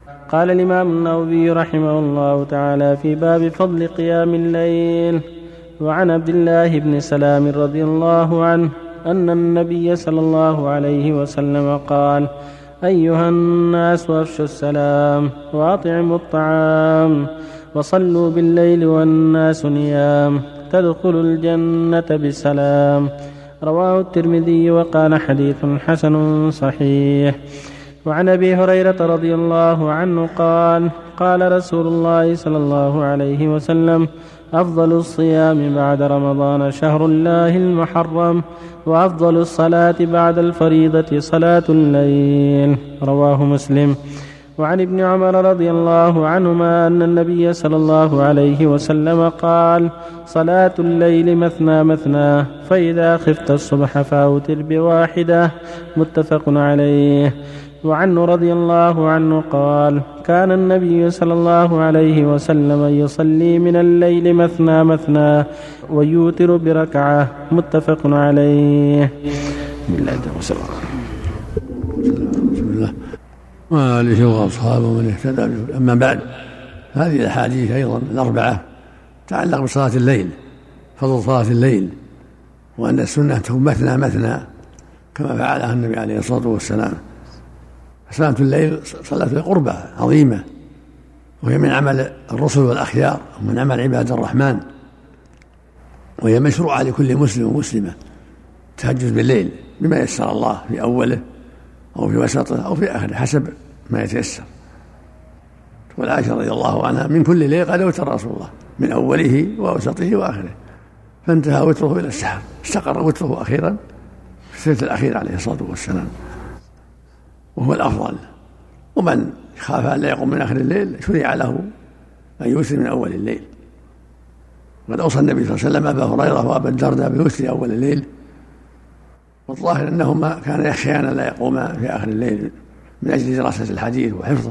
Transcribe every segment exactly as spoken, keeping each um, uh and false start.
قال الإمام النووي رحمه الله تعالى في باب فضل قيام الليل. وعن عبد الله بن سلام رضي الله عنه أن النبي صلى الله عليه وسلم قال: أيها الناس أفشوا السلام وأطعموا الطعام وصلوا بالليل والناس نيام تدخلوا الجنة بسلام. رواه الترمذي وقال حديث حسن صحيح. وعن أبي هريرة رضي الله عنه قال: قال رسول الله صلى الله عليه وسلم: أفضل الصيام بعد رمضان شهر الله المحرم، وأفضل الصلاة بعد الفريضة صلاة الليل. رواه مسلم. وعن ابن عمر رضي الله عنهما أن النبي صلى الله عليه وسلم قال: صلاة الليل مثنى مثنى، فإذا خفت الصبح فأوتر بواحدة. متفق عليه. وعنه رضي الله عنه قال: كان النبي صلى الله عليه وسلم يصلي من الليل مثنى مثنى ويوتر بركعة. متفق عليه. بسم الله وآله وأصحابه من اهتدى. أما بعد، هذه الأحاديث أيضا الأربعة تتعلق بصلاة الليل، فضل صلاة الليل، وأن السنة تكون مثنى مثنى كما فعلها النبي عليه الصلاة والسلام. صلاة الليل صلاة قربة عظيمة، وهي من عمل الرسل والأخيار ومن عمل عباد الرحمن، وهي مشروعة لكل مسلم ومسلمة. تهجد بالليل بما يسر الله في أوله أو في وسطه أو في آخره حسب ما يتيسر. تقول عائشة رضي الله عنها: من كل ليل قد أوتر رسول الله، من أوله وأوسطه وآخره، فانتهى وتره إلى السحر، استقر وتره أخيرا في الثلث الأخير عليه الصلاة والسلام، وهو الأفضل. ومن خاف أن لا يقوم من آخر الليل شرع له أن يوتر من أول الليل. وقد أوصى النبي صلى الله عليه وسلم أبا هريرة وأبا الدرداء بالوتر أول الليل، والظاهر أنهما كان يخشيان لا يقوما في آخر الليل من أجل دراسة الحديث وحفظه.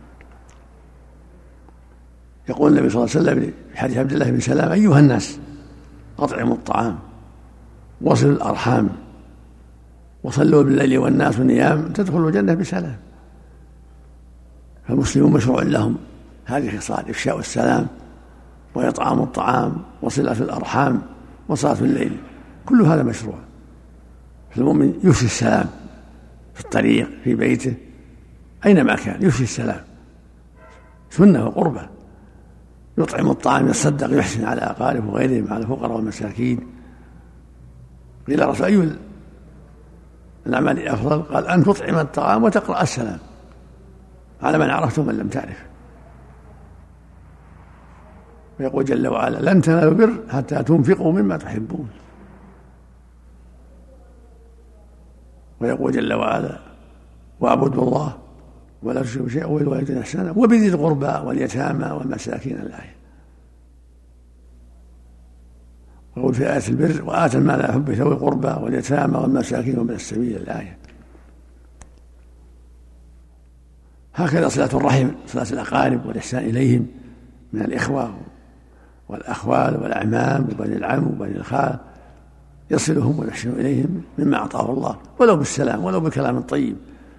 يقول النبي صلى الله عليه وسلم في حديث عبد الله بن سلام: أيها الناس أطعموا الطعام وصلوا الأرحام وصلوا بالليل والناس نيام تدخلوا الجنة بسلام. فالمسلمون مشروع لهم هذه الخصال: إفشاء السلام وإطعام الطعام وصلة الأرحام وصلاة الليل، كل هذا مشروع. فالمؤمن يفشي السلام في الطريق، في بيته، أينما كان يفشي السلام، سنة وقربة. يطعم الطعام، يتصدق، يحسن على أقاربه وغيرهم، على الفقراء والمساكين. قيل رسول أي الأعمال أفضل؟ قال: أن تطعم الطعام وتقرأ السلام على من عرفت ومن لم تعرف. ويقول جل وعلا: لن تنالوا البر حتى تنفقوا مما تحبون. ويقول جل وعلا: واعبدوا الله ولا تشركوا شيئا وبالوالدين إحسانا وبذي القربى واليتامى والمساكين. الآية. ويقول في آية البر: وآتى المال على حبه ذوي القربى واليتامى والمساكين ومن السبيل. الآية. هكذا صلة الرحم، صلة الأقارب والإحسان إليهم من الإخوة والأخوال والأعمام وبني العم وبني الخال، يصلهم ويحسن إليهم مما أعطاه الله، ولو بالسلام ولو بالكلام الطيب.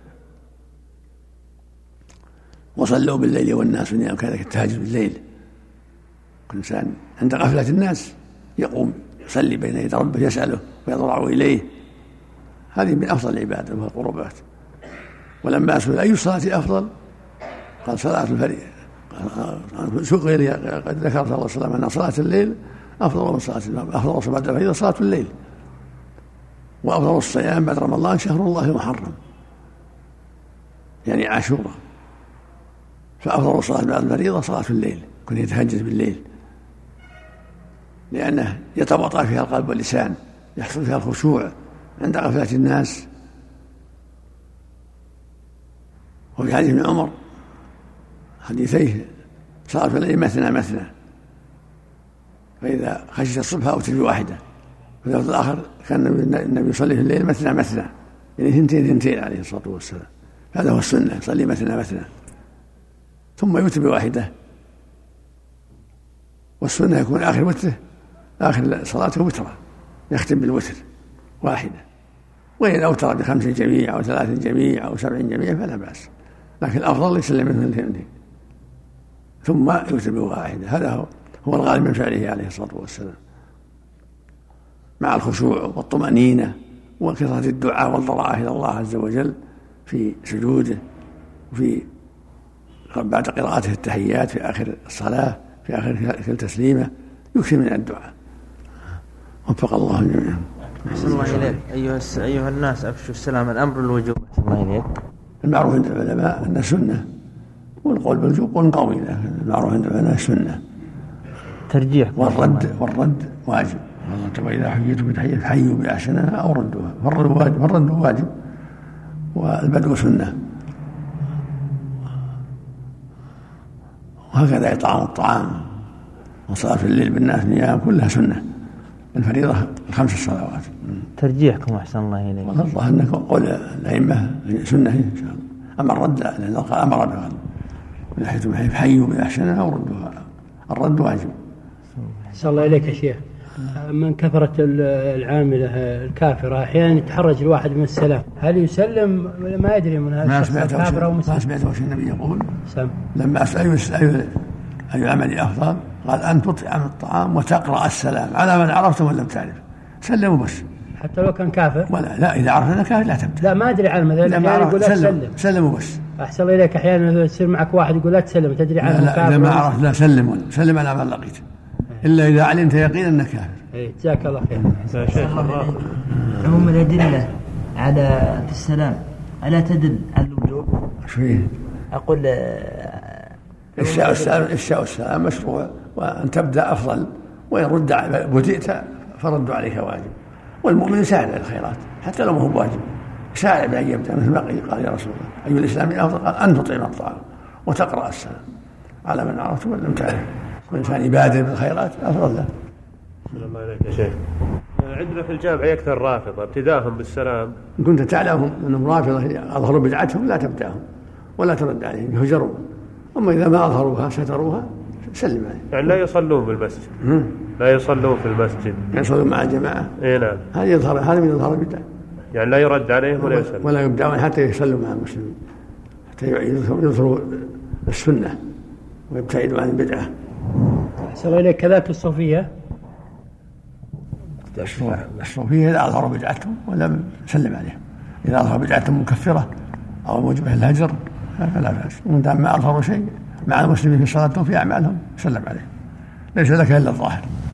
وصلوا بالليل والناس نيام، كذلك التهجد بالليل. كل إنسان عند غفلة الناس يقوم يصلي بين يدي ربه، يسأله ويضرع إليه. هذه من أفضل العبادة والقربات. ولما سئل أي الصلاة أفضل قال: صلاة الفريضة. سئل قد ذكر صلى الله عليه وسلم أن صلاة الليل أفضل من صلاة الفريضة، أفضل صلاة بعد الفريضة صلاة الليل، وأفضل الصيام بعد رمضان شهر الله المحرم، يعني عاشوراء. فأفضل الصلاة بعد الفريضة صلاة الليل، كن يتهجد بالليل، لأنه يتواطأ فيها القلب واللسان، يحصل فيها الخشوع عند غفلة الناس. وفي حديث ابن عمر حديثيه: صلاة الليل مثنى مثنى، فإذا خشيت الصبح أوتر بواحدة. في اللفظ الآخر كان النبي يصلي في الليل مثنى مثنى، يعني ثنتين ثنتين عليه الصلاة والسلام. هذا هو السنة، يصلي مثنى مثنى ثم يوتر بواحدة. والسنة يكون آخر وتره، آخر صلاته وترة، يختم بالوتر واحدة. وإن أوتر بخمس جميع أو ثلاث جميع أو سبع جميع فلا بأس. لكن الأفضل يسلم منه اثنتين ثم يوتر بواحدة. هذا هو, هو الغالب من فعله عليه الصلاة والسلام، مع الخشوع والطمأنينة وكثرة الدعاء والضراعة إلى الله عز وجل في سجوده وفي بعد قراءته التحيات في آخر الصلاة في آخر كل تسليمة يكثر من الدعاء. وفق الله جميعا. أحسن الله إليك. أيها, أيها الناس أفشوا السلام، الأمر الوجوب. أحسن الله إليك. المعروف عند العلماء أن السنة، والقول بالوجوب قول قوي، لكن المعروف عند العلماء السنة ترجيح، والرد والرد واجب. وإذا حييتم بتحية فحيوا بأحسنها أو ردوها، فالرد واجب والبدء سنة. وهكذا إطعام الطعام وصلاة الليل بالناس نيام كلها سنة. الفريضة الخمس الصلوات. ترجيحكم أحسن الله إليك. والله أنك قول الأئمة سنة إن شاء الله. أما الرد لأن الله أمر بهذا، من ناحية فحيوا بأحسنها أو ردوها، الرد واجب. أحسن الله إليك يا شيخ. من كثرة العاملة الكافرة أحيانا يتحرج الواحد من السلام، هل يسلم ما يدري من هذا الشخص الكافر أو مسلم؟ ما سمعت وش النبي يقول سم. لما أسأل أي أي عمل أفضل قال أن تطعم الطعام وتقرأ السلام على من عرفت ومن لم تعرف. سلموا بس حتى لو كان كافر. ولا لا إذا عرفت أنك كافر لا تبدأ. لا ما أدري عنه مثلا أحيانا يقول لا تسلم. سلموا بس. أحسن الله إليك. أحيانا يصير معك واحد يقول لا تسلم تدري عنه لا كافر. إذا ما عرفت لا سلم ولا سلم على من لقيته إلا إذا علمت يقينا أنك كافر. إيه جزاك الله خير. عموم الأدلة على السلام ألا تدل على الوجوب؟ شويه أقول إفشاء السلام إفشاء السلام مشروع، وأن تبدأ أفضل، وإن رد بدئت فرد عليك واجب. والمؤمن يسارع الخيرات حتى لو ما هو واجب، يسارع بأن يبدأ مثل ما قال يا رسول الله أي الإسلام أفضل؟ قال أن تطعم الطعام وتقرأ السلام على من عرفت ولم تعرف. والإنسان يبادر بالخيرات أفضل له. بسم الله عليك يا شيخ. عندنا في الجامعة يكثر رافضة ابتداءهم بالسلام. إن كنت تعلمهم أنهم رافضة أظهروا بدعتهم لا تبدأهم ولا ترد عليهم، يهجرون. أما إذا ما أظهروها ستروها سلم عليهم. يعني لا يصلون بالمسجد. لا يصلون في المسجد. يصلون مع الجماعة. إيه نعم. هذا يظهر هذا من يظهر البدع. يعني لا يرد عليهم ولا يسلم. ولا يبدأون حتى يصلوا مع المسلمين، حتى يظهروا السنة ويبتعدوا عن البدعة. أحسن الله إليك. كذلك الصوفية. الصوفية إذا أظهروا بدعتهم ولم سلم عليهم، إذا أظهروا بدعتهم مكفرة أو موجبة الهجر فلا بأس. ومن دام ما أظهروا شيء مع المسلمين في صلاتهم في أعمالهم سلم عليهم، ليس لك إلا الظاهر.